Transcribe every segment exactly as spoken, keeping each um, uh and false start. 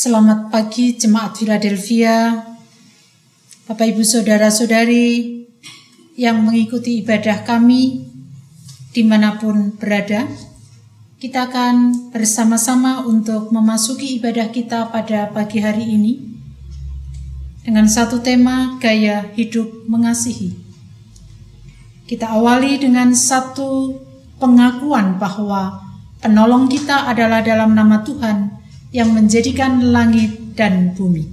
Selamat pagi Jemaat Philadelphia, Bapak Ibu Saudara-saudari yang mengikuti ibadah kami dimanapun berada. Kita akan bersama-sama untuk memasuki ibadah kita pada pagi hari ini dengan satu tema, gaya hidup mengasihi. Kita awali dengan satu pengakuan bahwa penolong kita adalah dalam nama Tuhan yang menjadikan langit dan bumi.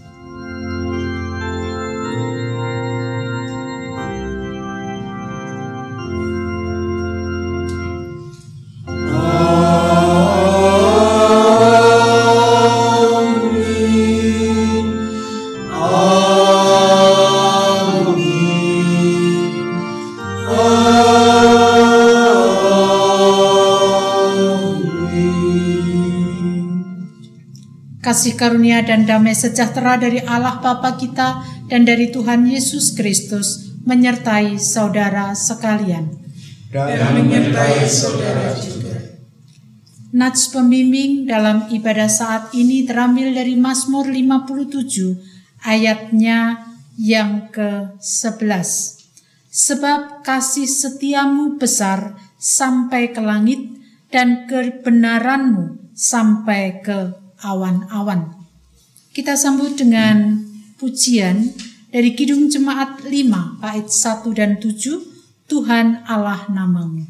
Kasih karunia dan damai sejahtera dari Allah Bapa kita dan dari Tuhan Yesus Kristus menyertai saudara sekalian. Dan menyertai saudara juga. Nats pembimbing dalam ibadah saat ini terambil dari Mazmur lima puluh tujuh ayatnya yang ke sebelas. Sebab kasih setiamu besar sampai ke langit dan kebenaranmu sampai ke awan-awan. Kita sambut dengan pujian dari Kidung Jemaat lima bait satu dan tujuh, Tuhan Allah namamu.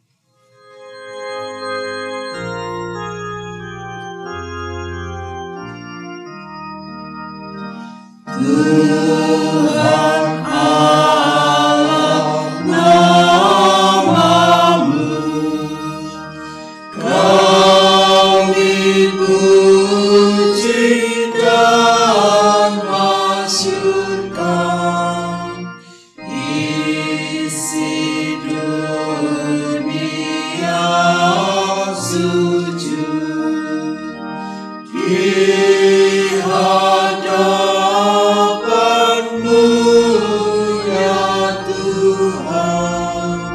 Tuhan Allah namamu, kau dipuji dan masyurkan, isi dunia sujud di hadapanmu ya Tuhan.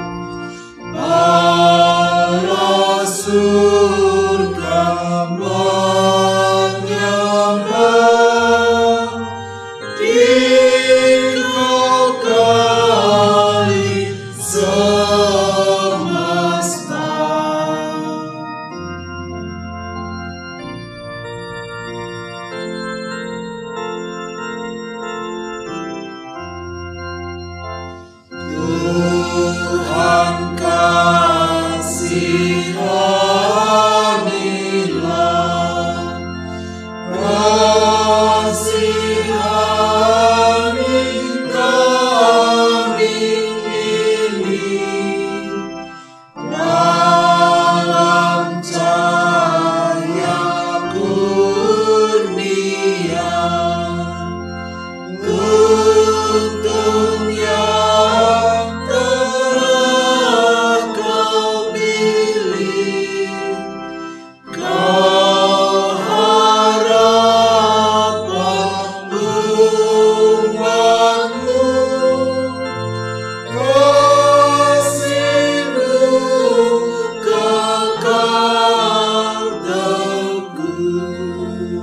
Para surga menyembah Engkau kali semesta. Tuhan kasihanilah, kasihani kami ini, dalam cahaya kurnia, tuntun yang telah kau pilih, kau harapan umatmu, kasih-Mu kekal teguh.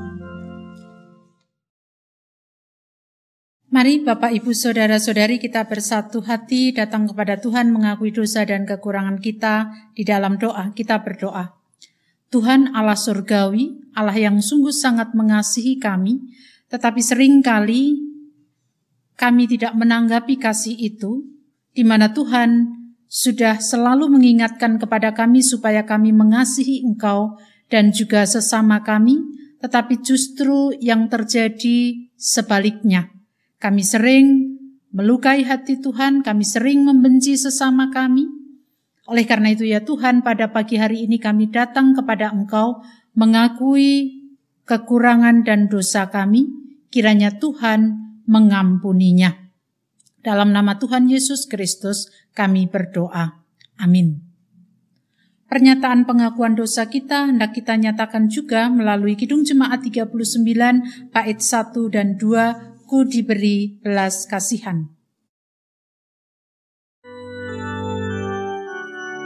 Mari Bapak Ibu Saudara-saudari kita bersatu hati datang kepada Tuhan mengakui dosa dan kekurangan kita di dalam doa. Kita berdoa. Tuhan Allah surgawi, Allah yang sungguh sangat mengasihi kami, tetapi seringkali kami tidak menanggapi kasih itu, di mana Tuhan sudah selalu mengingatkan kepada kami supaya kami mengasihi Engkau dan juga sesama kami, tetapi justru yang terjadi sebaliknya. Kami sering melukai hati Tuhan, kami sering membenci sesama kami. Oleh karena itu ya Tuhan, pada pagi hari ini kami datang kepada Engkau mengakui kekurangan dan dosa kami, kiranya Tuhan mengampuninya. Dalam nama Tuhan Yesus Kristus kami berdoa. Amin. Pernyataan pengakuan dosa kita hendak kita nyatakan juga melalui Kidung Jemaat tiga puluh sembilan bait satu dan dua, Ku diberi belas kasihan.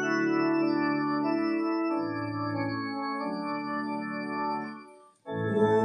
Tuhan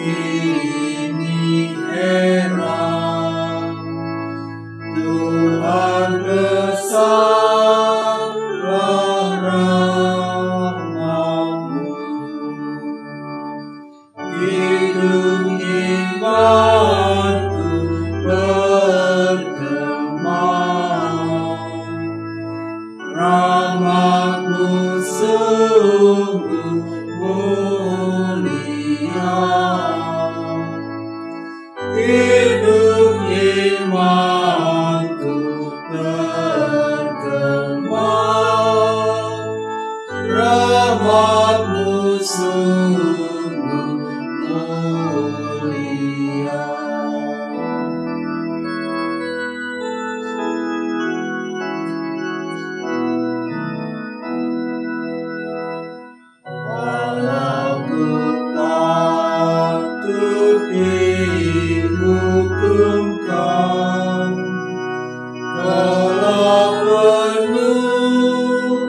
ini heran, Tuhan besarlah rahmat-Mu. Hidung imanku bergema, rahmat-Mu sungguh mulia. Hidung imanku bergema, rahmat-Mu sungguh mulia. Walau ku patut dihukum Kau, Kaulah penuh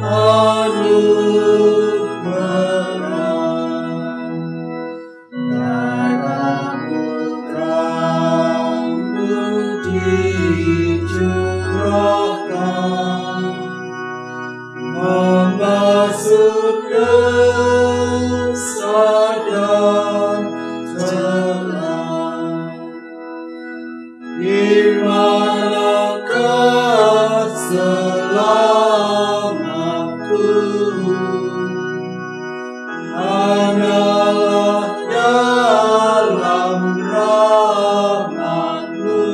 anugerah. Darah Putra-Mu dicurahkan, membasuh dosa dan celah. Di manakah selamatku? Hanyalah dalam rahmat-Mu.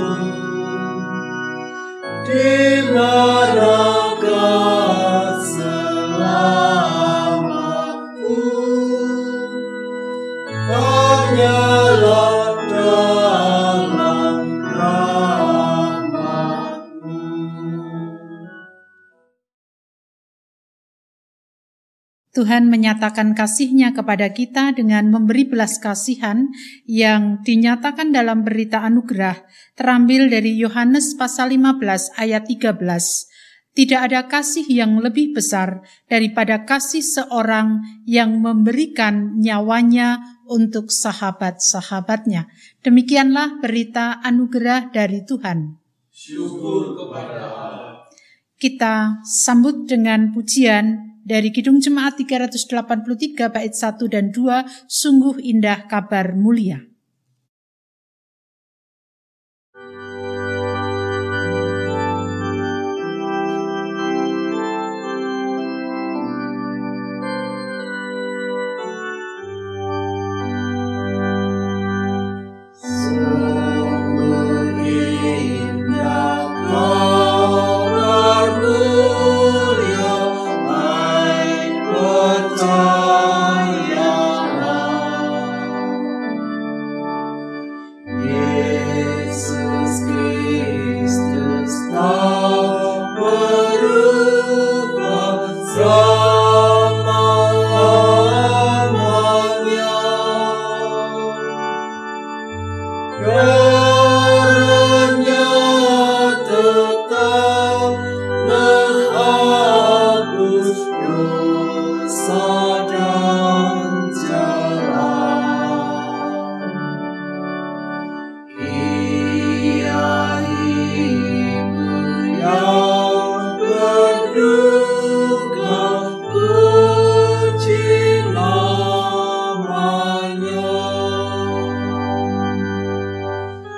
Di manakah selamatku? Hanyalah dalam rahmat-Mu. Tuhan menyatakan kasih-Nya kepada kita dengan memberi belas kasihan yang dinyatakan dalam berita anugerah terambil dari Yohanes pasal lima belas ayat tiga belas. Tidak ada kasih yang lebih besar daripada kasih seorang yang memberikan nyawanya untuk sahabat-sahabatnya. Demikianlah berita anugerah dari Tuhan. Syukur kepada Allah. Kita sambut dengan pujian dari Kidung Jemaat tiga ratus delapan puluh tiga bait satu dan dua, sungguh indah kabar mulia. Sungguh indah kabar mulia, hai percayalah. Yesus Kristus tak berubah selama-lamanya. Darahnya tetap menghapus dosa dan celah. Ia Ibu yang berduka, puji namanya.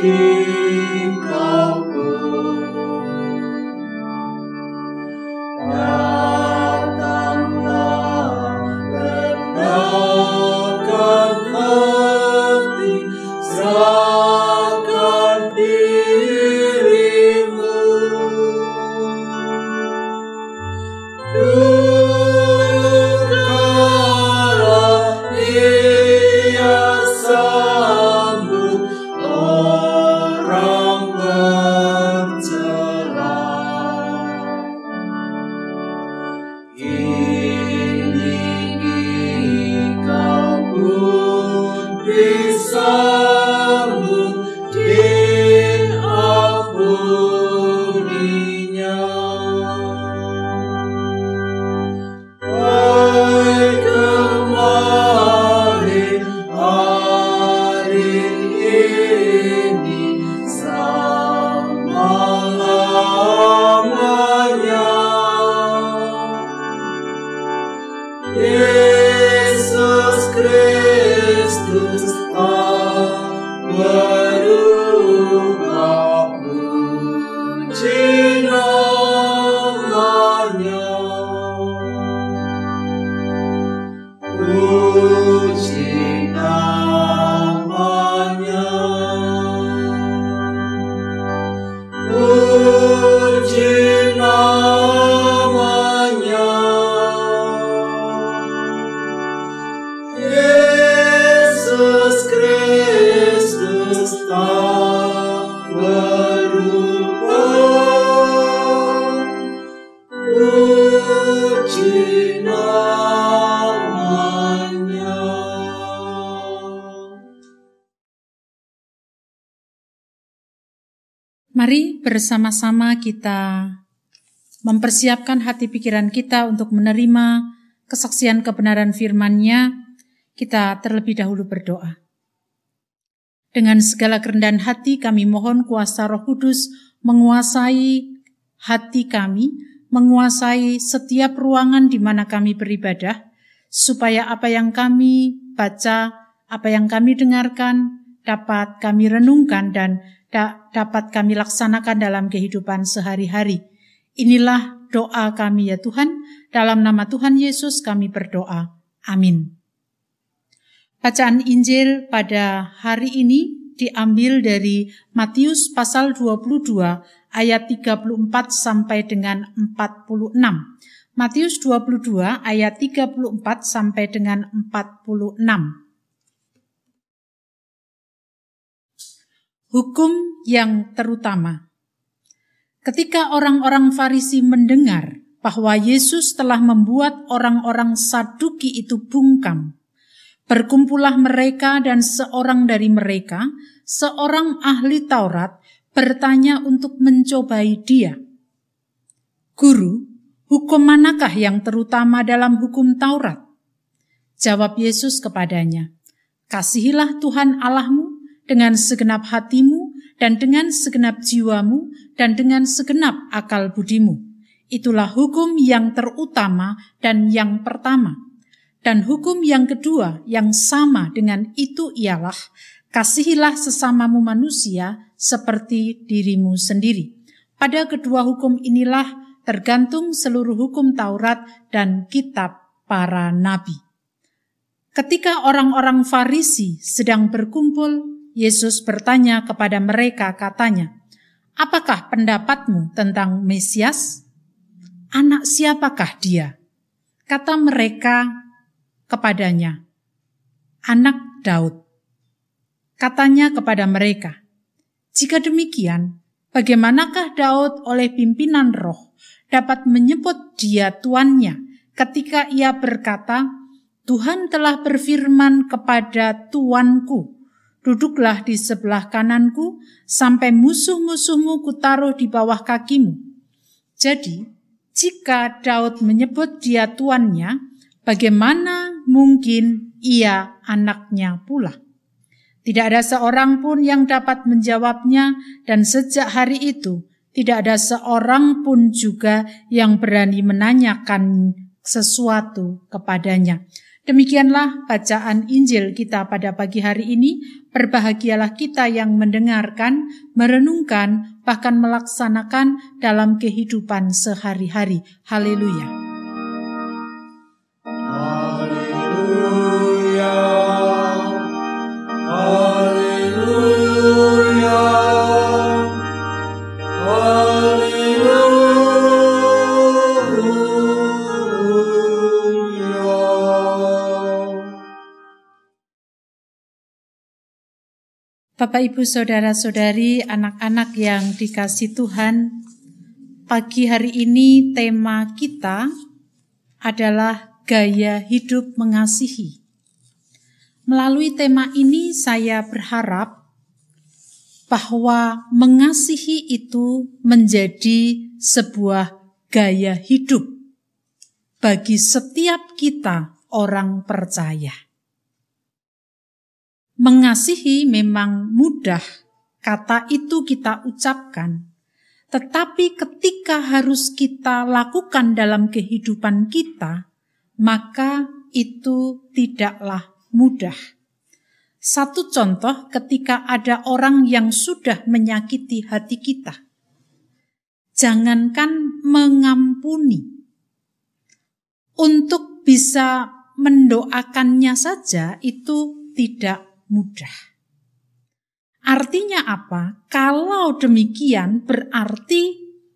Engkau pun datanglah, rendahkan hati, serahkan dirimu. Dukala Ia sambut orang bercela. Ini kau pun disambut, diampuninya. Baik kemarin hari ini selama-lamanya. Yesus Kristus tak berubah, puji namanya. Puji namanya. Puji namanya. Yesus Kristus tak berubah, puji namanya. Mari bersama-sama kita mempersiapkan hati pikiran kita untuk menerima kesaksian kebenaran firman-Nya. Kita terlebih dahulu berdoa. Dengan segala kerendahan hati kami mohon kuasa Roh Kudus menguasai hati kami, menguasai setiap ruangan di mana kami beribadah, supaya apa yang kami baca, apa yang kami dengarkan, dapat kami renungkan dan da- dapat kami laksanakan dalam kehidupan sehari-hari. Inilah doa kami ya Tuhan, dalam nama Tuhan Yesus kami berdoa. Amin. Bacaan Injil pada hari ini diambil dari Matius pasal dua puluh dua ayat tiga puluh empat sampai dengan empat puluh enam. Matius dua puluh dua ayat tiga puluh empat sampai dengan empat puluh enam. Hukum yang terutama. Ketika orang-orang Farisi mendengar bahwa Yesus telah membuat orang-orang Saduki itu bungkam, berkumpullah mereka dan seorang dari mereka, seorang ahli Taurat, bertanya untuk mencobai dia. Guru, hukum manakah yang terutama dalam hukum Taurat? Jawab Yesus kepadanya, kasihilah Tuhan Allahmu dengan segenap hatimu dan dengan segenap jiwamu dan dengan segenap akal budimu. Itulah hukum yang terutama dan yang pertama. Dan hukum yang kedua yang sama dengan itu ialah, kasihilah sesamamu manusia seperti dirimu sendiri. Pada kedua hukum inilah tergantung seluruh hukum Taurat dan kitab para nabi. Ketika orang-orang Farisi sedang berkumpul, Yesus bertanya kepada mereka katanya, apakah pendapatmu tentang Mesias? Anak siapakah dia? Kata mereka kepadanya, anak Daud. Katanya kepada mereka, jika demikian, bagaimanakah Daud oleh pimpinan roh dapat menyebut dia tuannya ketika ia berkata, Tuhan telah berfirman kepada tuanku, duduklah di sebelah kananku sampai musuh-musuhmu kutaruh di bawah kakimu. Jadi, jika Daud menyebut dia tuannya, bagaimana mungkin ia anaknya pula? Tidak ada seorang pun yang dapat menjawabnya, dan sejak hari itu tidak ada seorang pun juga yang berani menanyakan sesuatu kepadanya. Demikianlah bacaan Injil kita pada pagi hari ini. Berbahagialah kita yang mendengarkan, merenungkan, bahkan melaksanakan dalam kehidupan sehari-hari. Haleluya. Haleluya. Haleluya. Bapak, Ibu, Saudara-saudari, anak-anak yang dikasih Tuhan, pagi hari ini tema kita adalah gaya hidup mengasihi. Melalui tema ini saya berharap bahwa mengasihi itu menjadi sebuah gaya hidup bagi setiap kita orang percaya. Mengasihi memang mudah, kata itu kita ucapkan. Tetapi ketika harus kita lakukan dalam kehidupan kita, maka itu tidaklah mudah. Satu contoh, ketika ada orang yang sudah menyakiti hati kita. Jangankan mengampuni. Untuk bisa mendoakannya saja itu tidak mudah. Artinya apa? Kalau demikian berarti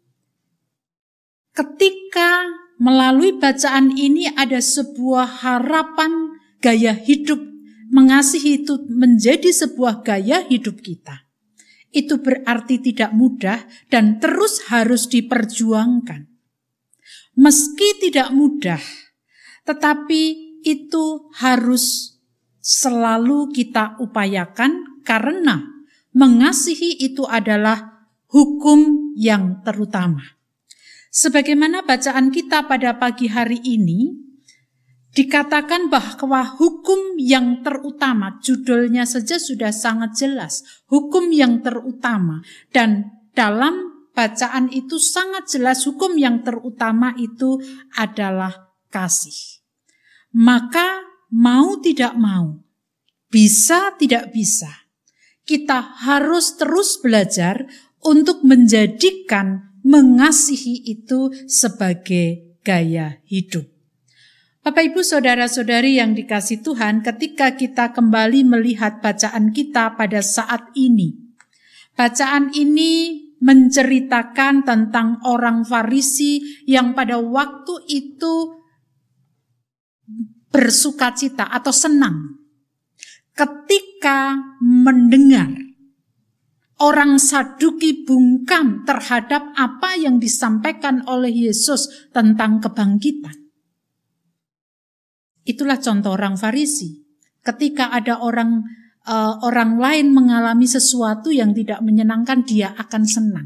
ketika melalui bacaan ini ada sebuah harapan gaya hidup mengasihi itu menjadi sebuah gaya hidup kita. Itu berarti tidak mudah dan terus harus diperjuangkan. Meski tidak mudah, tetapi itu harus selalu kita upayakan karena mengasihi itu adalah hukum yang terutama. Sebagaimana bacaan kita pada pagi hari ini, dikatakan bahwa hukum yang terutama, judulnya saja sudah sangat jelas, hukum yang terutama. Dan dalam bacaan itu sangat jelas hukum yang terutama itu adalah kasih. Maka mau tidak mau, bisa tidak bisa, kita harus terus belajar untuk menjadikan mengasihi itu sebagai gaya hidup. Bapak, Ibu, Saudara-saudari yang dikasih Tuhan, ketika kita kembali melihat bacaan kita pada saat ini, bacaan ini menceritakan tentang orang Farisi yang pada waktu itu bersukacita atau senang ketika mendengar orang Saduki bungkam terhadap apa yang disampaikan oleh Yesus tentang kebangkitan. Itulah contoh orang Farisi. Ketika ada orang uh, orang lain mengalami sesuatu yang tidak menyenangkan, dia akan senang.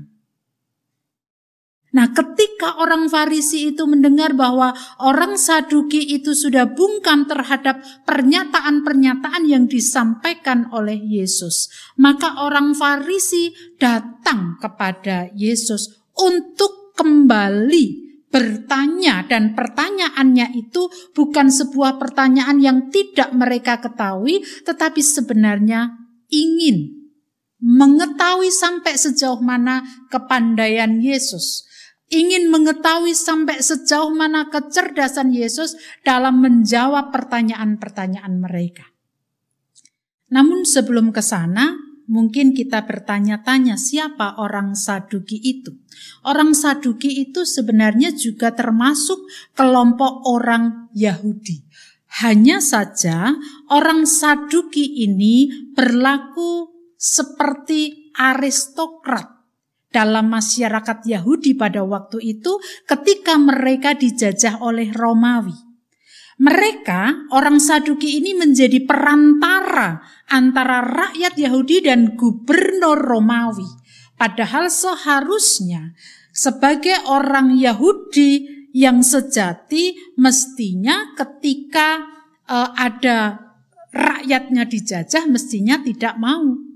Nah, ketika orang Farisi itu mendengar bahwa orang Saduki itu sudah bungkam terhadap pernyataan-pernyataan yang disampaikan oleh Yesus, maka orang Farisi datang kepada Yesus untuk kembali bertanya, dan pertanyaannya itu bukan sebuah pertanyaan yang tidak mereka ketahui, tetapi sebenarnya ingin mengetahui sampai sejauh mana kepandaian Yesus. Ingin mengetahui sampai sejauh mana kecerdasan Yesus dalam menjawab pertanyaan-pertanyaan mereka. Namun sebelum ke sana, mungkin kita bertanya-tanya siapa orang Saduki itu. Orang Saduki itu sebenarnya juga termasuk kelompok orang Yahudi. Hanya saja orang Saduki ini berlaku seperti aristokrat dalam masyarakat Yahudi pada waktu itu ketika mereka dijajah oleh Romawi. Mereka, orang Saduki ini menjadi perantara antara rakyat Yahudi dan gubernur Romawi. Padahal seharusnya sebagai orang Yahudi yang sejati mestinya ketika uh, ada rakyatnya dijajah mestinya tidak mau.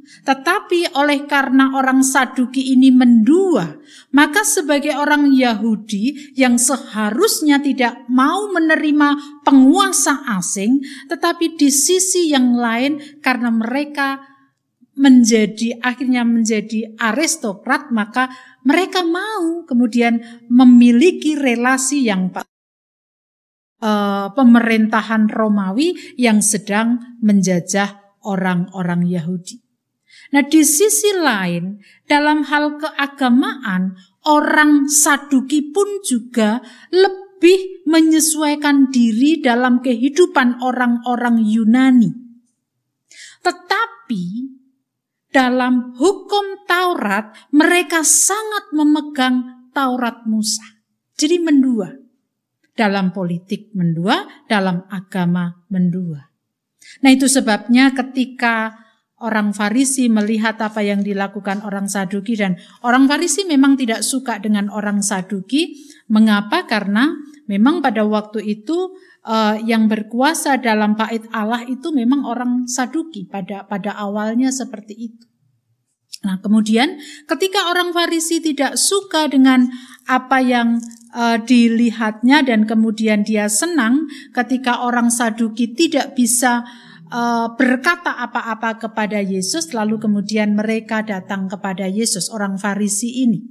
Tetapi oleh karena orang Saduki ini mendua, maka sebagai orang Yahudi yang seharusnya tidak mau menerima penguasa asing, tetapi di sisi yang lain karena mereka menjadi akhirnya menjadi aristokrat, maka mereka mau kemudian memiliki relasi yang uh, pemerintahan Romawi yang sedang menjajah orang-orang Yahudi. Nah, di sisi lain, dalam hal keagamaan, orang Saduki pun juga lebih menyesuaikan diri dalam kehidupan orang-orang Yunani. Tetapi dalam hukum Taurat, mereka sangat memegang Taurat Musa. Jadi mendua. Dalam politik mendua, dalam agama mendua. Nah, itu sebabnya ketika orang Farisi melihat apa yang dilakukan orang Saduki, dan orang Farisi memang tidak suka dengan orang Saduki. Mengapa? Karena memang pada waktu itu uh, yang berkuasa dalam bait Allah itu memang orang Saduki pada pada awalnya seperti itu. Nah, kemudian ketika orang Farisi tidak suka dengan apa yang uh, dilihatnya dan kemudian dia senang ketika orang Saduki tidak bisa Uh, berkata apa-apa kepada Yesus, lalu kemudian mereka datang kepada Yesus, orang Farisi ini.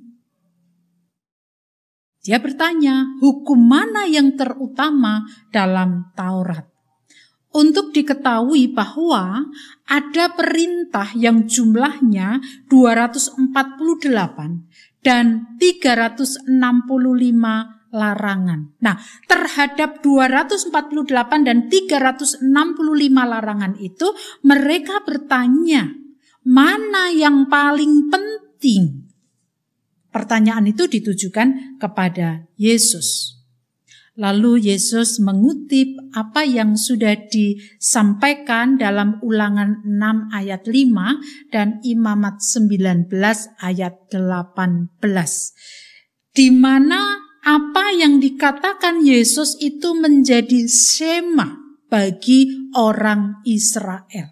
Dia bertanya, hukum mana yang terutama dalam Taurat? Untuk diketahui bahwa ada perintah yang jumlahnya dua ratus empat puluh delapan dan tiga ratus enam puluh lima larangan. Nah, terhadap dua ratus empat puluh delapan dan tiga ratus enam puluh lima larangan itu, mereka bertanya, mana yang paling penting? Pertanyaan itu ditujukan kepada Yesus. Lalu Yesus mengutip apa yang sudah disampaikan dalam Ulangan enam ayat lima dan Imamat sembilan belas ayat delapan belas. Di mana apa yang dikatakan Yesus itu menjadi sema bagi orang Israel.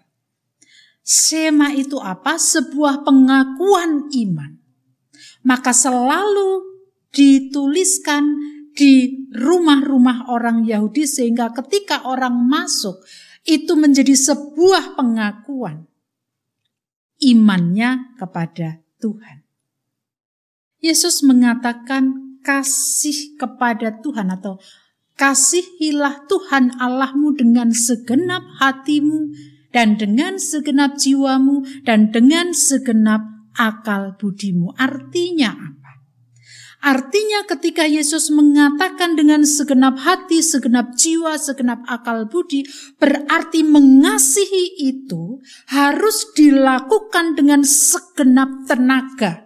Sema itu apa? Sebuah pengakuan iman. Maka selalu dituliskan di rumah-rumah orang Yahudi sehingga ketika orang masuk itu menjadi sebuah pengakuan imannya kepada Tuhan. Yesus mengatakan kasih kepada Tuhan atau kasihilah Tuhan Allahmu dengan segenap hatimu dan dengan segenap jiwamu dan dengan segenap akal budimu. Artinya apa? Artinya ketika Yesus mengatakan dengan segenap hati, segenap jiwa, segenap akal budi, berarti mengasihi itu harus dilakukan dengan segenap tenaga.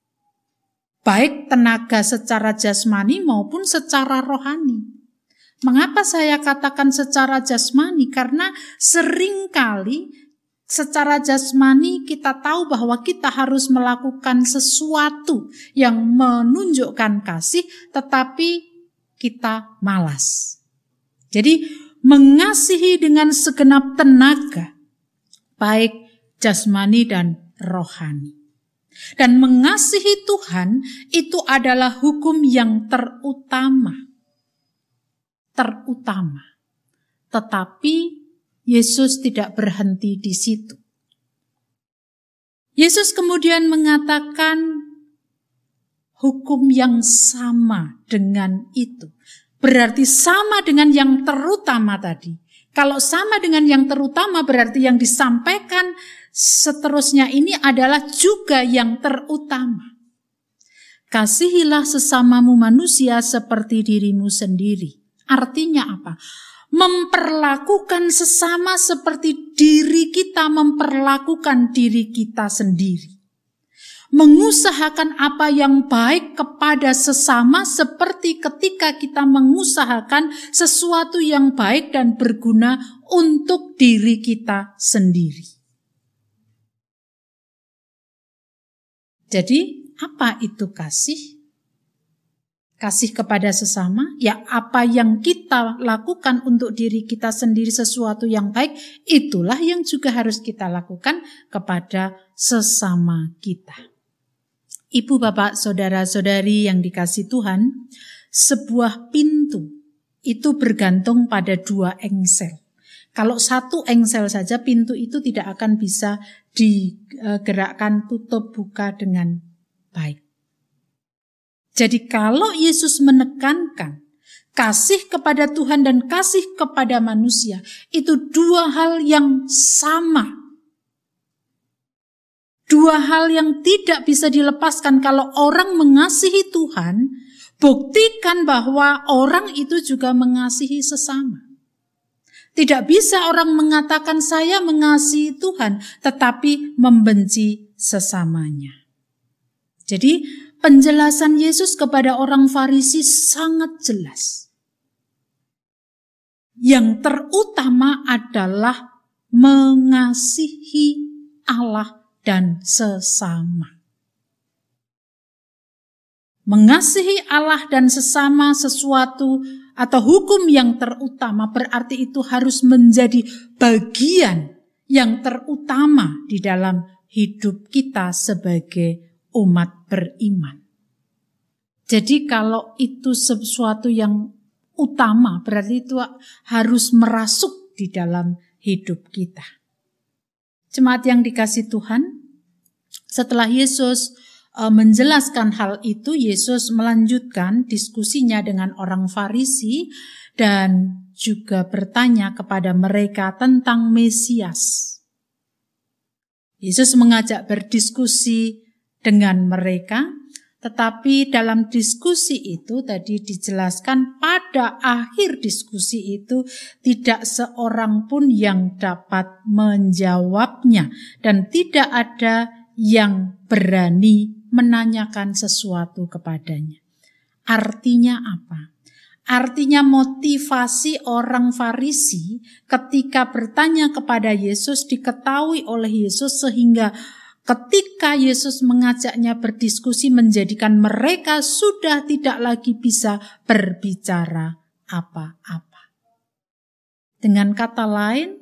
Baik tenaga secara jasmani maupun secara rohani. Mengapa saya katakan secara jasmani? Karena seringkali secara jasmani kita tahu bahwa kita harus melakukan sesuatu yang menunjukkan kasih, tetapi kita malas. Jadi mengasihi dengan segenap tenaga, baik jasmani dan rohani. Dan mengasihi Tuhan itu adalah hukum yang terutama. Terutama. Tetapi Yesus tidak berhenti di situ. Yesus kemudian mengatakan hukum yang sama dengan itu. Berarti sama dengan yang terutama tadi. Kalau sama dengan yang terutama berarti yang disampaikan seterusnya ini adalah juga yang terutama. Kasihilah sesamamu manusia seperti dirimu sendiri. Artinya apa? Memperlakukan sesama seperti diri kita memperlakukan diri kita sendiri. Mengusahakan apa yang baik kepada sesama seperti ketika kita mengusahakan sesuatu yang baik dan berguna untuk diri kita sendiri. Jadi, apa itu kasih? kasih kepada sesama, ya apa yang kita lakukan untuk diri kita sendiri sesuatu yang baik, itulah yang juga harus kita lakukan kepada sesama kita. Ibu, bapak, saudara-saudari yang dikasihi Tuhan, sebuah pintu itu bergantung pada dua engsel. Kalau satu engsel saja, pintu itu tidak akan bisa digerakkan tutup buka dengan baik. Jadi kalau Yesus menekankan kasih kepada Tuhan dan kasih kepada manusia, itu dua hal yang sama. Dua hal yang tidak bisa dilepaskan. Kalau orang mengasihi Tuhan, buktikan bahwa orang itu juga mengasihi sesama. Tidak bisa orang mengatakan saya mengasihi Tuhan, tetapi membenci sesamanya. Jadi penjelasan Yesus kepada orang Farisi sangat jelas. Yang terutama adalah mengasihi Allah dan sesama. Mengasihi Allah dan sesama sesuatu atau hukum yang terutama, berarti itu harus menjadi bagian yang terutama di dalam hidup kita sebagai umat beriman. Jadi kalau itu sesuatu yang utama, berarti itu harus merasuk di dalam hidup kita. Jemaat yang dikasihi Tuhan, setelah Yesus e, menjelaskan hal itu, Yesus melanjutkan diskusinya dengan orang Farisi dan juga bertanya kepada mereka tentang Mesias. Yesus mengajak berdiskusi dengan mereka, tetapi dalam diskusi itu tadi dijelaskan pada akhir diskusi itu tidak seorang pun yang dapat menjawabnya dan tidak ada yang berani menanyakan sesuatu kepadanya. Artinya apa? Artinya motivasi orang Farisi ketika bertanya kepada Yesus diketahui oleh Yesus sehingga ketika Yesus mengajaknya berdiskusi menjadikan mereka sudah tidak lagi bisa berbicara apa-apa. Dengan kata lain,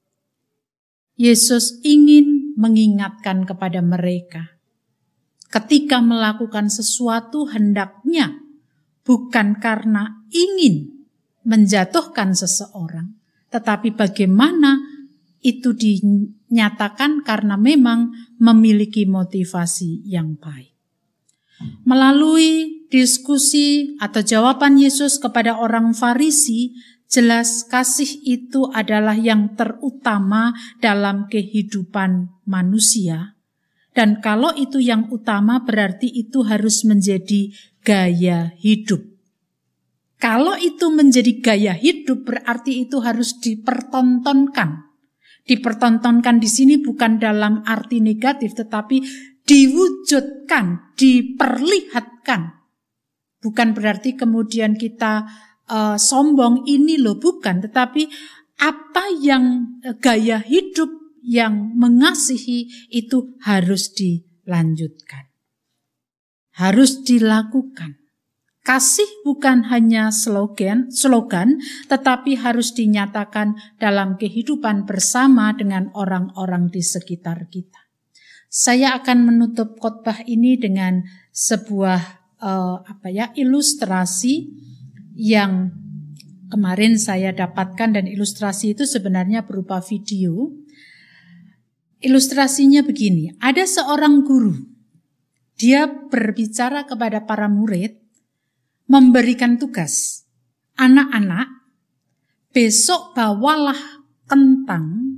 Yesus ingin mengingatkan kepada mereka, ketika melakukan sesuatu hendaknya bukan karena ingin menjatuhkan seseorang, tetapi bagaimana itu dinyatakan karena memang memiliki motivasi yang baik. Melalui diskusi atau jawaban Yesus kepada orang Farisi, jelas kasih itu adalah yang terutama dalam kehidupan manusia. Dan kalau itu yang utama, berarti itu harus menjadi gaya hidup. Kalau itu menjadi gaya hidup, berarti itu harus dipertontonkan. Dipertontonkan di sini bukan dalam arti negatif, tetapi diwujudkan, diperlihatkan. Bukan berarti kemudian kita uh, sombong, ini loh, bukan. Tetapi apa yang uh, gaya hidup yang mengasihi itu harus dilanjutkan. Harus dilakukan. Kasih bukan hanya slogan, slogan, tetapi harus dinyatakan dalam kehidupan bersama dengan orang-orang di sekitar kita. Saya akan menutup khotbah ini dengan sebuah uh, apa ya ilustrasi yang kemarin saya dapatkan, dan ilustrasi itu sebenarnya berupa video. Ilustrasinya begini, ada seorang guru, dia berbicara kepada para murid, memberikan tugas, anak-anak, besok bawalah kentang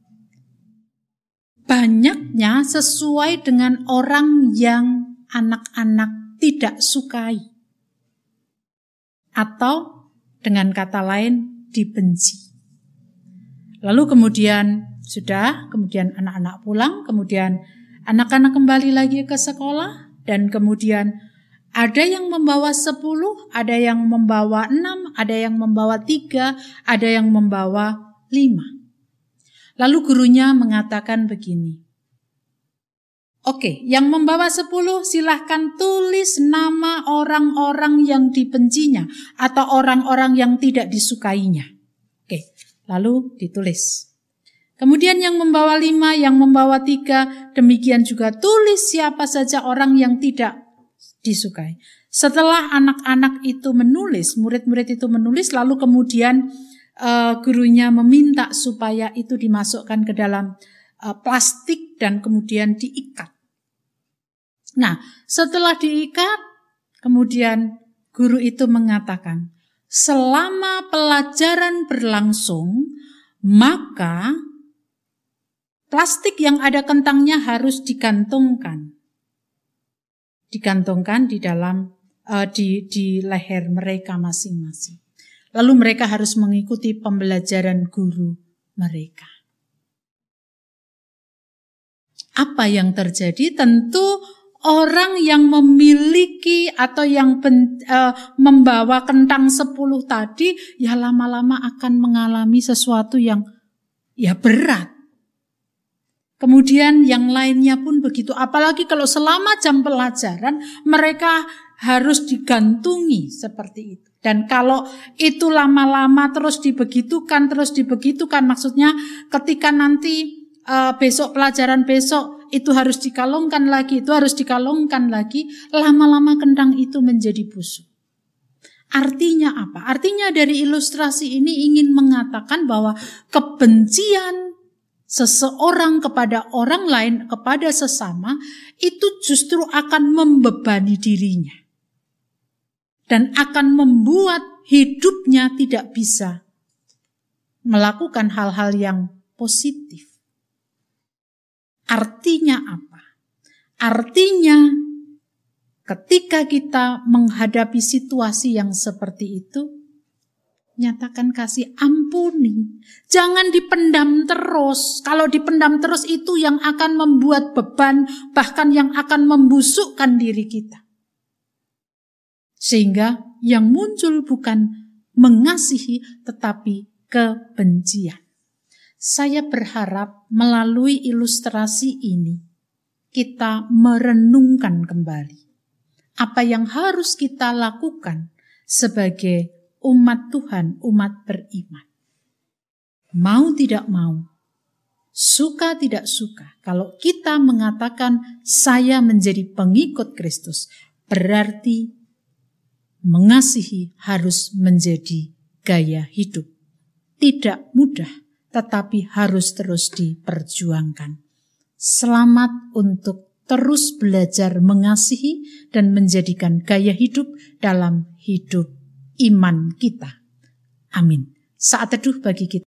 banyaknya sesuai dengan orang yang anak-anak tidak sukai. Atau dengan kata lain, dibenci. Lalu kemudian sudah, kemudian anak-anak pulang, kemudian anak-anak kembali lagi ke sekolah, dan kemudian ada yang membawa sepuluh, ada yang membawa enam, ada yang membawa tiga, ada yang membawa lima. Lalu gurunya mengatakan begini, Oke, yang membawa sepuluh silahkan tulis nama orang-orang yang dibencinya atau orang-orang yang tidak disukainya. Oke, lalu ditulis. Kemudian yang membawa lima, yang membawa tiga, demikian juga tulis siapa saja orang yang tidak disukai. Setelah anak-anak itu menulis, murid-murid itu menulis, lalu kemudian uh, gurunya meminta supaya itu dimasukkan ke dalam uh, plastik dan kemudian diikat. Nah, setelah diikat, kemudian guru itu mengatakan, selama pelajaran berlangsung, maka plastik yang ada kentangnya harus digantungkan. Digantungkan di dalam uh, di di leher mereka masing-masing. Lalu mereka harus mengikuti pembelajaran guru mereka. Apa yang terjadi? Tentu orang yang memiliki atau yang ben, uh, membawa kentang sepuluh tadi ya lama-lama akan mengalami sesuatu yang ya berat. Kemudian yang lainnya pun begitu. Apalagi kalau selama jam pelajaran mereka harus digantungi seperti itu. Dan kalau itu lama-lama terus dibegitukan, terus dibegitukan. Maksudnya ketika nanti uh, besok pelajaran besok itu harus dikalungkan lagi, itu harus dikalungkan lagi. Lama-lama kentang itu menjadi busuk. Artinya apa? Artinya dari ilustrasi ini ingin mengatakan bahwa kebencian seseorang kepada orang lain, kepada sesama, itu justru akan membebani dirinya. Dan akan membuat hidupnya tidak bisa melakukan hal-hal yang positif. Artinya apa? Artinya ketika kita menghadapi situasi yang seperti itu, nyatakan kasih, ampuni. Jangan dipendam terus. Kalau dipendam terus itu yang akan membuat beban, bahkan yang akan membusukkan diri kita. Sehingga yang muncul bukan mengasihi, tetapi kebencian. Saya berharap melalui ilustrasi ini, kita merenungkan kembali apa yang harus kita lakukan sebagai umat Tuhan, umat beriman. Mau tidak mau, suka tidak suka, kalau kita mengatakan saya menjadi pengikut Kristus, berarti mengasihi harus menjadi gaya hidup. Tidak mudah, tetapi harus terus diperjuangkan. Selamat untuk terus belajar mengasihi dan menjadikan gaya hidup dalam hidup iman kita. Amin. Saat teduh bagi kita.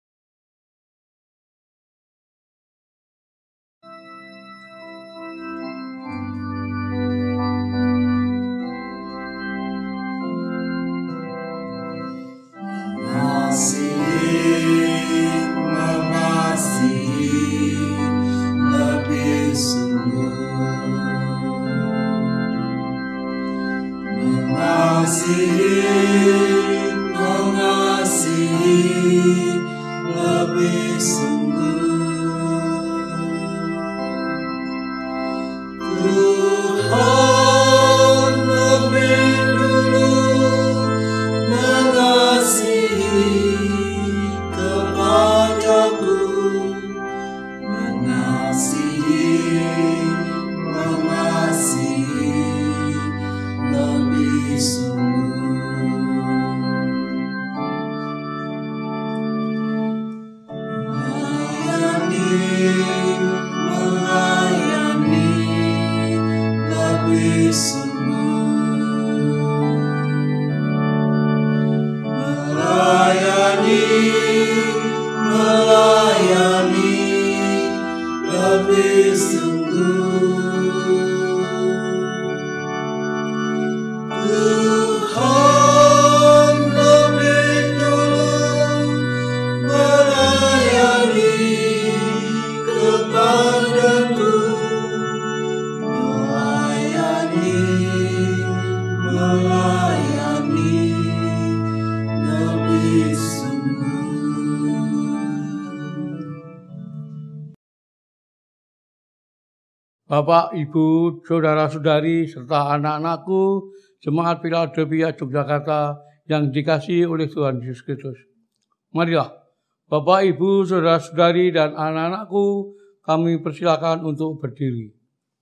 Bapak, Ibu, saudara-saudari, serta anak-anakku, Jemaat Philadelphia Yogyakarta yang dikasihi oleh Tuhan Yesus Kristus. Marilah, Bapak, Ibu, saudara-saudari, dan anak-anakku, kami persilakan untuk berdiri.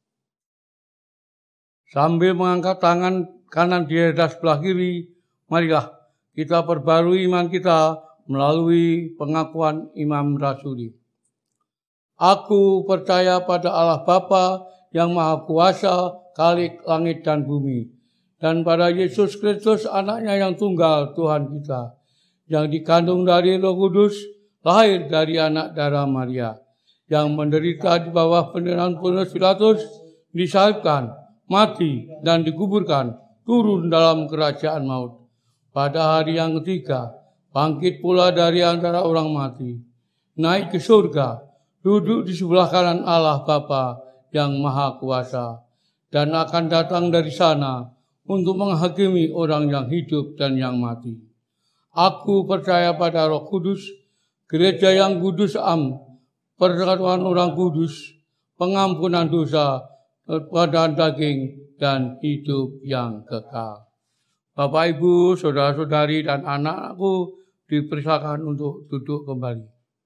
Sambil mengangkat tangan kanan di dada sebelah kiri, marilah kita perbarui iman kita melalui pengakuan Imam Rasuli. Aku percaya pada Allah Bapa yang Maha Kuasa, Khalik langit dan bumi, dan pada Yesus Kristus anaknya yang tunggal Tuhan kita, yang dikandung dari Roh Kudus, lahir dari anak darah Maria, yang menderita di bawah penderitaan Pontius Pilatus, disalibkan, mati, dan dikuburkan, turun dalam kerajaan maut. Pada hari yang ketiga, bangkit pula dari antara orang mati, naik ke surga, duduk di sebelah kanan Allah Bapa yang Maha Kuasa, dan akan datang dari sana untuk menghakimi orang yang hidup dan yang mati. Aku percaya pada Roh Kudus, gereja yang kudus am, persatuan orang kudus, pengampunan dosa, badan daging, dan hidup yang kekal. Bapak, Ibu, saudara-saudari, dan anak-anakku dipersilakan untuk duduk kembali.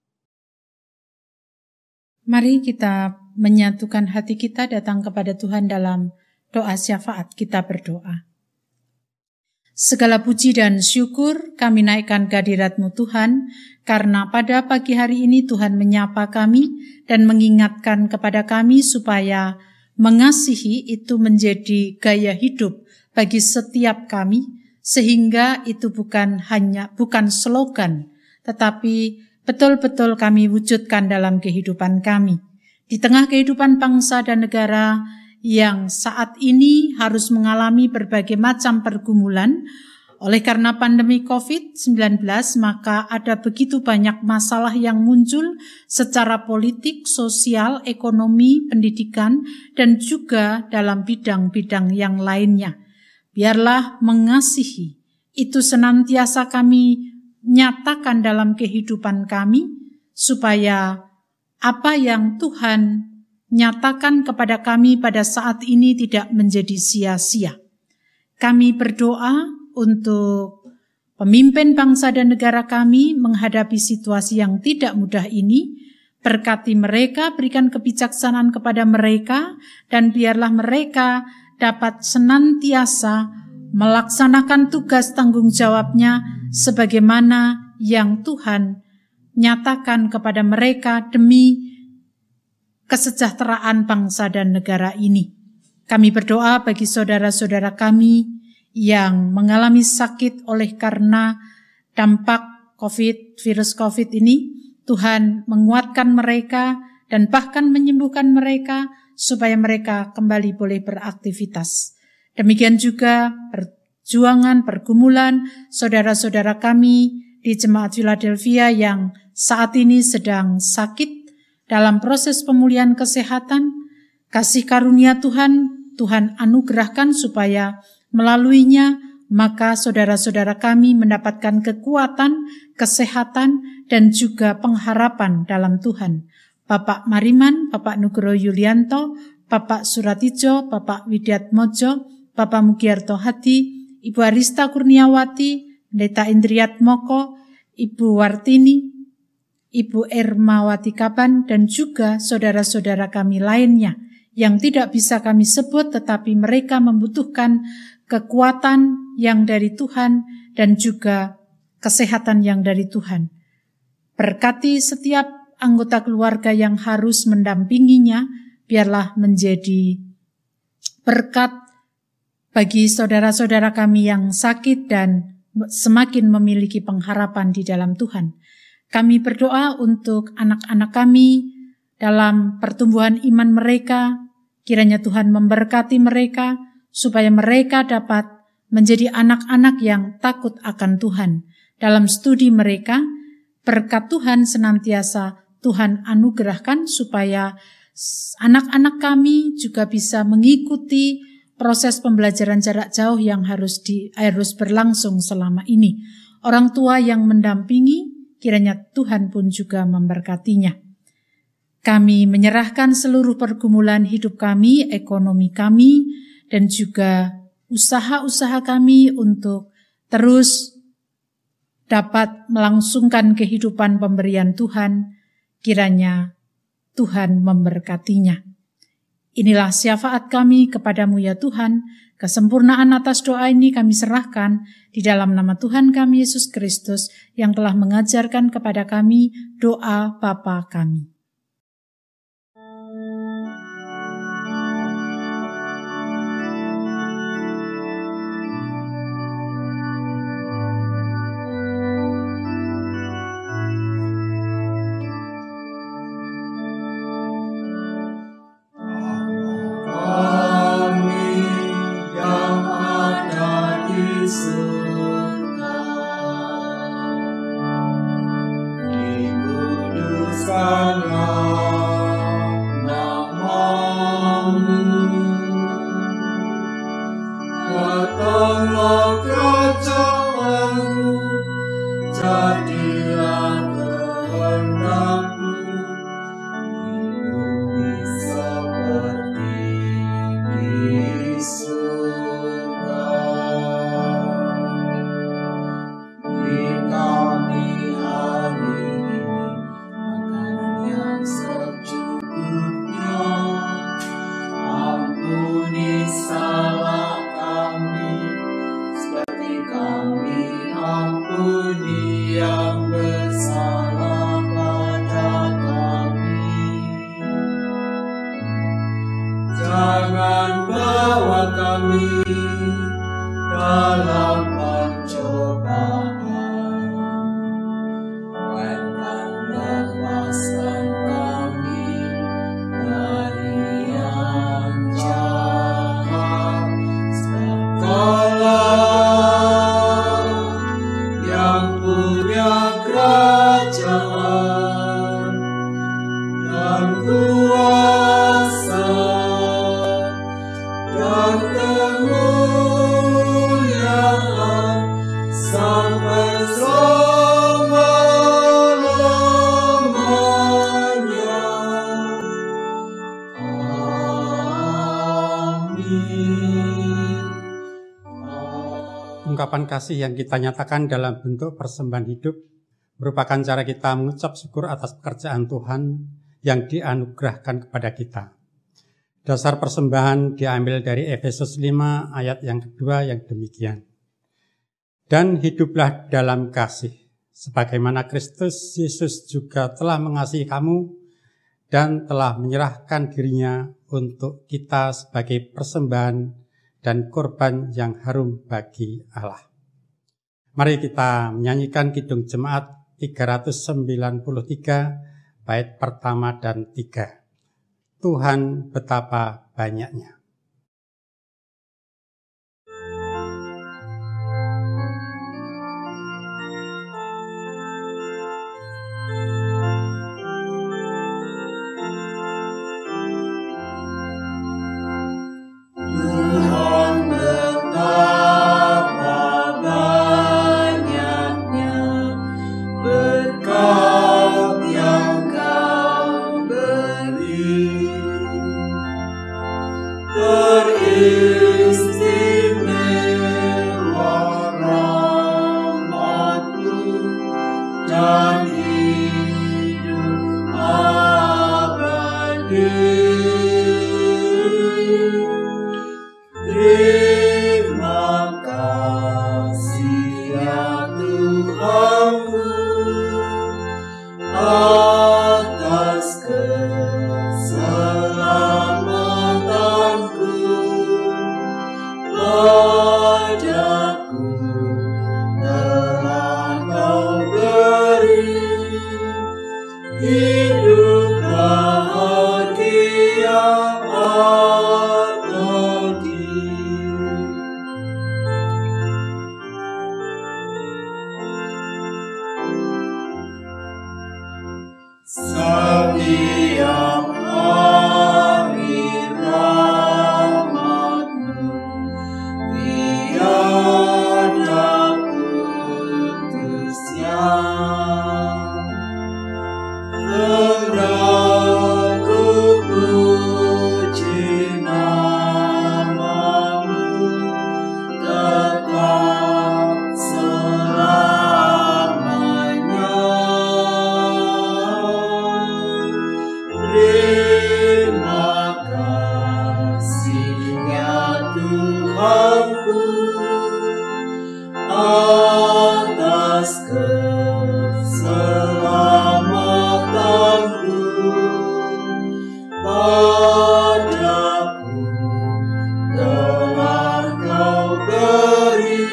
Mari kita menyatukan hati kita datang kepada Tuhan dalam doa syafaat. Kita berdoa. Segala puji dan syukur kami naikkan kehadirat-Mu Tuhan, karena pada pagi hari ini Tuhan menyapa kami dan mengingatkan kepada kami supaya mengasihi itu menjadi gaya hidup bagi setiap kami, sehingga itu bukan hanya bukan slogan, tetapi betul-betul kami wujudkan dalam kehidupan kami. Di tengah kehidupan bangsa dan negara yang saat ini harus mengalami berbagai macam pergumulan, oleh karena pandemi covid sembilan belas, maka ada begitu banyak masalah yang muncul secara politik, sosial, ekonomi, pendidikan, dan juga dalam bidang-bidang yang lainnya. Biarlah mengasihi itu senantiasa kami nyatakan dalam kehidupan kami, supaya apa yang Tuhan nyatakan kepada kami pada saat ini tidak menjadi sia-sia. Kami berdoa untuk pemimpin bangsa dan negara kami menghadapi situasi yang tidak mudah ini. Berkati mereka, berikan kebijaksanaan kepada mereka, dan biarlah mereka dapat senantiasa melaksanakan tugas tanggung jawabnya sebagaimana yang Tuhan nyatakan kepada mereka demi kesejahteraan bangsa dan negara ini. Kami berdoa bagi saudara-saudara kami yang mengalami sakit oleh karena dampak COVID, virus COVID ini. Tuhan menguatkan mereka dan bahkan menyembuhkan mereka supaya mereka kembali boleh beraktivitas. Demikian juga perjuangan, pergumulan saudara-saudara kami di Jemaat Philadelphia yang saat ini sedang sakit dalam proses pemulihan kesehatan. Kasih karunia Tuhan, Tuhan anugerahkan supaya melaluinya maka saudara-saudara kami mendapatkan kekuatan, kesehatan, dan juga pengharapan dalam Tuhan. Bapak Mariman, Bapak Nugroho Yulianto, Bapak Suratijo, Bapak Widiatmojo, Bapak Mugiarto Hadi, Ibu Arista Kurniawati, Pendeta Indriat Moko, Ibu Wartini, Ibu Ermawati Kaban, dan juga saudara-saudara kami lainnya yang tidak bisa kami sebut, tetapi mereka membutuhkan kekuatan yang dari Tuhan dan juga kesehatan yang dari Tuhan. Berkati setiap anggota keluarga yang harus mendampinginya, biarlah menjadi berkat bagi saudara-saudara kami yang sakit dan semakin memiliki pengharapan di dalam Tuhan. Kami berdoa untuk anak-anak kami dalam pertumbuhan iman mereka, kiranya Tuhan memberkati mereka supaya mereka dapat menjadi anak-anak yang takut akan Tuhan. Dalam studi mereka, berkat Tuhan senantiasa Tuhan anugerahkan supaya anak-anak kami juga bisa mengikuti proses pembelajaran jarak jauh yang harus di, harus berlangsung selama ini. Orang tua yang mendampingi, kiranya Tuhan pun juga memberkatinya. Kami menyerahkan seluruh pergumulan hidup kami, ekonomi kami, dan juga usaha-usaha kami untuk terus dapat melangsungkan kehidupan pemberian Tuhan. Kiranya Tuhan memberkatinya. Inilah syafaat kami kepadamu ya Tuhan. Kesempurnaan atas doa ini kami serahkan di dalam nama Tuhan kami Yesus Kristus yang telah mengajarkan kepada kami doa Bapa kami. Ungkapan kasih yang kita nyatakan dalam bentuk persembahan hidup merupakan cara kita mengucap syukur atas pekerjaan Tuhan yang dianugerahkan kepada kita. Dasar persembahan diambil dari Efesus lima ayat yang kedua yang demikian. Dan hiduplah dalam kasih, sebagaimana Kristus Yesus juga telah mengasihi kamu dan telah menyerahkan dirinya untuk kita sebagai persembahan dan korban yang harum bagi Allah. Mari kita menyanyikan Kidung Jemaat tiga ratus sembilan puluh tiga, bait pertama dan tiga. Tuhan betapa banyaknya. Setiap hari rahmat-Mu tiada ladangku, atas keselamatanku. Padaku telah Kau beri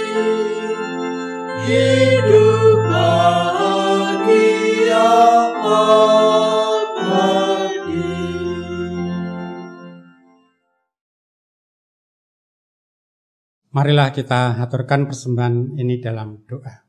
hidup bahagia abadi. Marilah kita haturkan persembahan ini dalam doa.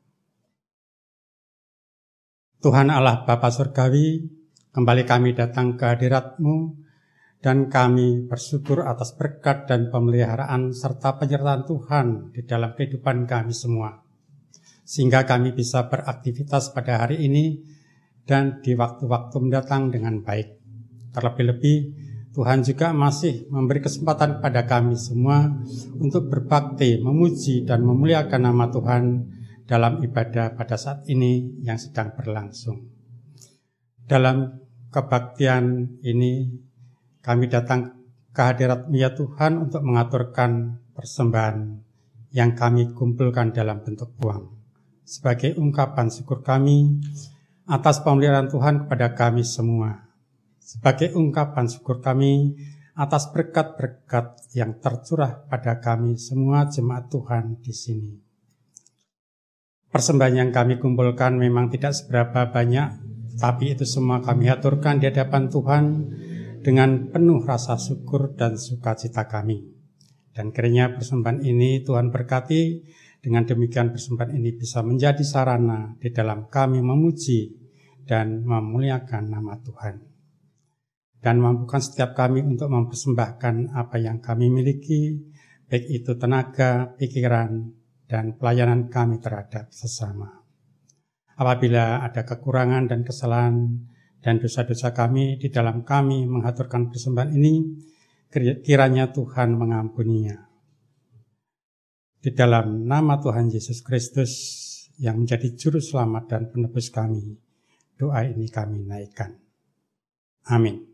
Tuhan Allah Bapa Surgawi, kembali kami datang ke hadirat-Mu dan kami bersyukur atas berkat dan pemeliharaan serta penyertaan Tuhan di dalam kehidupan kami semua. Sehingga kami bisa beraktivitas pada hari ini dan di waktu-waktu mendatang dengan baik. Terlebih-lebih, Tuhan juga masih memberi kesempatan kepada kami semua untuk berbakti, memuji dan memuliakan nama Tuhan dalam ibadah pada saat ini yang sedang berlangsung. Dalam kebaktian ini, kami datang ke hadirat-Mu ya Tuhan untuk mengaturkan persembahan yang kami kumpulkan dalam bentuk uang. Sebagai ungkapan syukur kami atas pemeliharaan Tuhan kepada kami semua. Sebagai ungkapan syukur kami atas berkat-berkat yang tercurah pada kami semua jemaat Tuhan di sini. Persembahan yang kami kumpulkan memang tidak seberapa banyak, tapi itu semua kami aturkan di hadapan Tuhan dengan penuh rasa syukur dan sukacita kami. Dan kiranya persembahan ini Tuhan berkati, dengan demikian persembahan ini bisa menjadi sarana di dalam kami memuji dan memuliakan nama Tuhan. Dan mampukan setiap kami untuk mempersembahkan apa yang kami miliki, baik itu tenaga, pikiran, dan pelayanan kami terhadap sesama. Apabila ada kekurangan dan kesalahan dan dosa-dosa kami di dalam kami mengaturkan persembahan ini, kiranya Tuhan mengampuninya. Di dalam nama Tuhan Yesus Kristus yang menjadi juru selamat dan penebus kami, doa ini kami naikkan. Amin.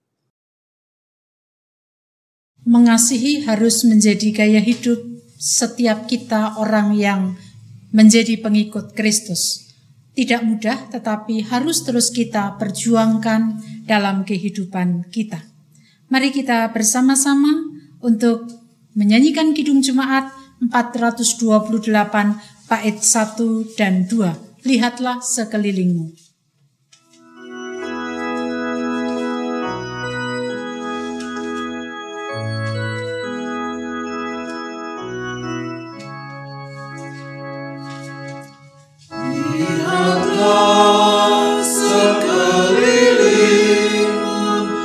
Mengasihi harus menjadi gaya hidup setiap kita orang yang menjadi pengikut Kristus. Tidak mudah, tetapi harus terus kita perjuangkan dalam kehidupan kita. Mari kita bersama-sama untuk menyanyikan Kidung Jemaat empat ratus dua puluh delapan bait satu dan dua. Lihatlah sekelilingmu. Lihatlah sekelilingmu,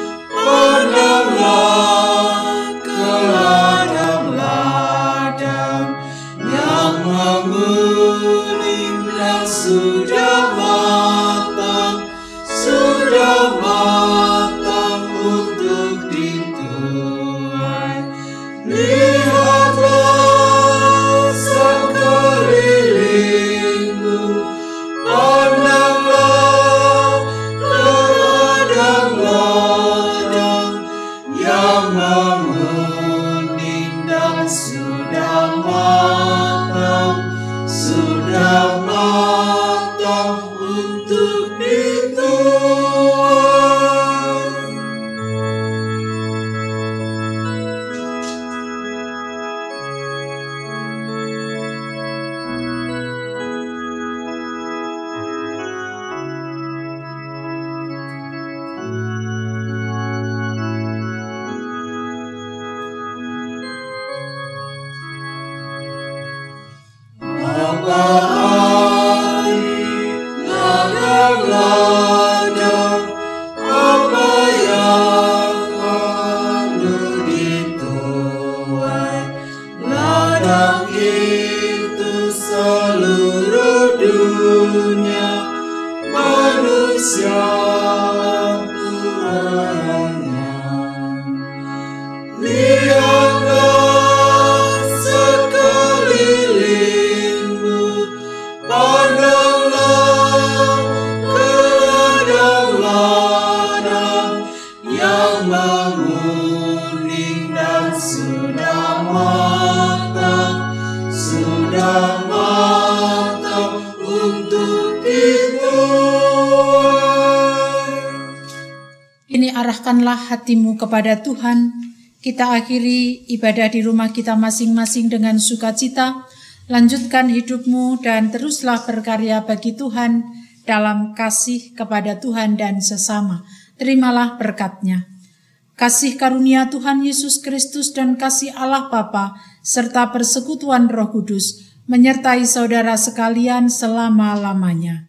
pandanglah ke ladang-ladang yang menguning dan sudah matang, sudah matang untuk dituai. Lihatlah sekelilingmu, pandanglah ke ladang-ladang yang menguning dan sudah matang, sudah matang untuk dituai. Apa ladang-ladang, apa yang perlu dituai? Ladang itu seluruh dunia, manusia tuannya. Lihatlah sekelilingmu, pandanglah ke ladang-ladang yang menguning dan sudah matang, Lapangkanlah hatimu kepada Tuhan. Kita akhiri ibadah di rumah kita masing-masing dengan sukacita. Lanjutkan hidupmu dan teruslah berkarya bagi Tuhan dalam kasih kepada Tuhan dan sesama. Terimalah berkat-Nya. Kasih karunia Tuhan Yesus Kristus dan kasih Allah Bapa serta persekutuan Roh Kudus menyertai saudara sekalian selama-lamanya.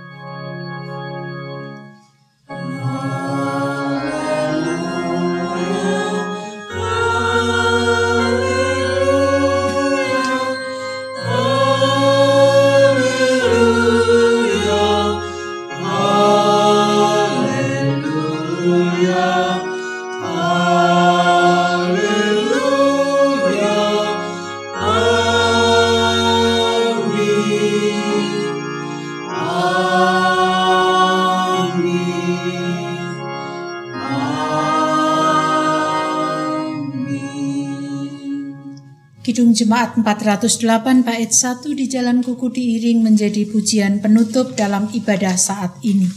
Kidung Jemaat empat ratus delapan bait satu di Jalan Kuku diiring menjadi pujian penutup dalam ibadah saat ini.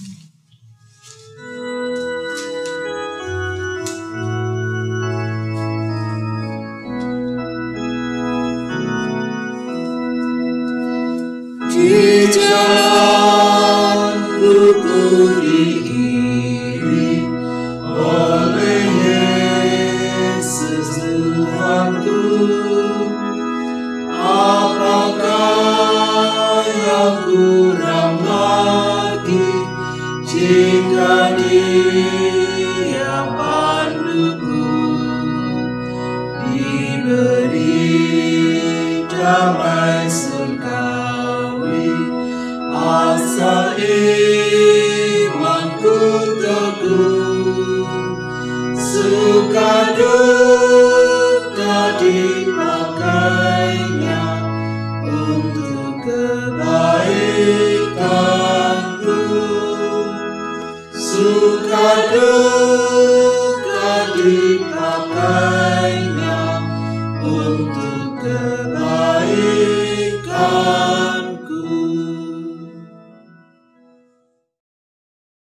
Di jalan Kuku diiring oleh Yesus Tuhanku. Apakah yang kurang lagi jika Dia panduku? Diberi damai surgawi, asal imanku teguh, suka duka dipakainya untuk kebaikanku, suka duka di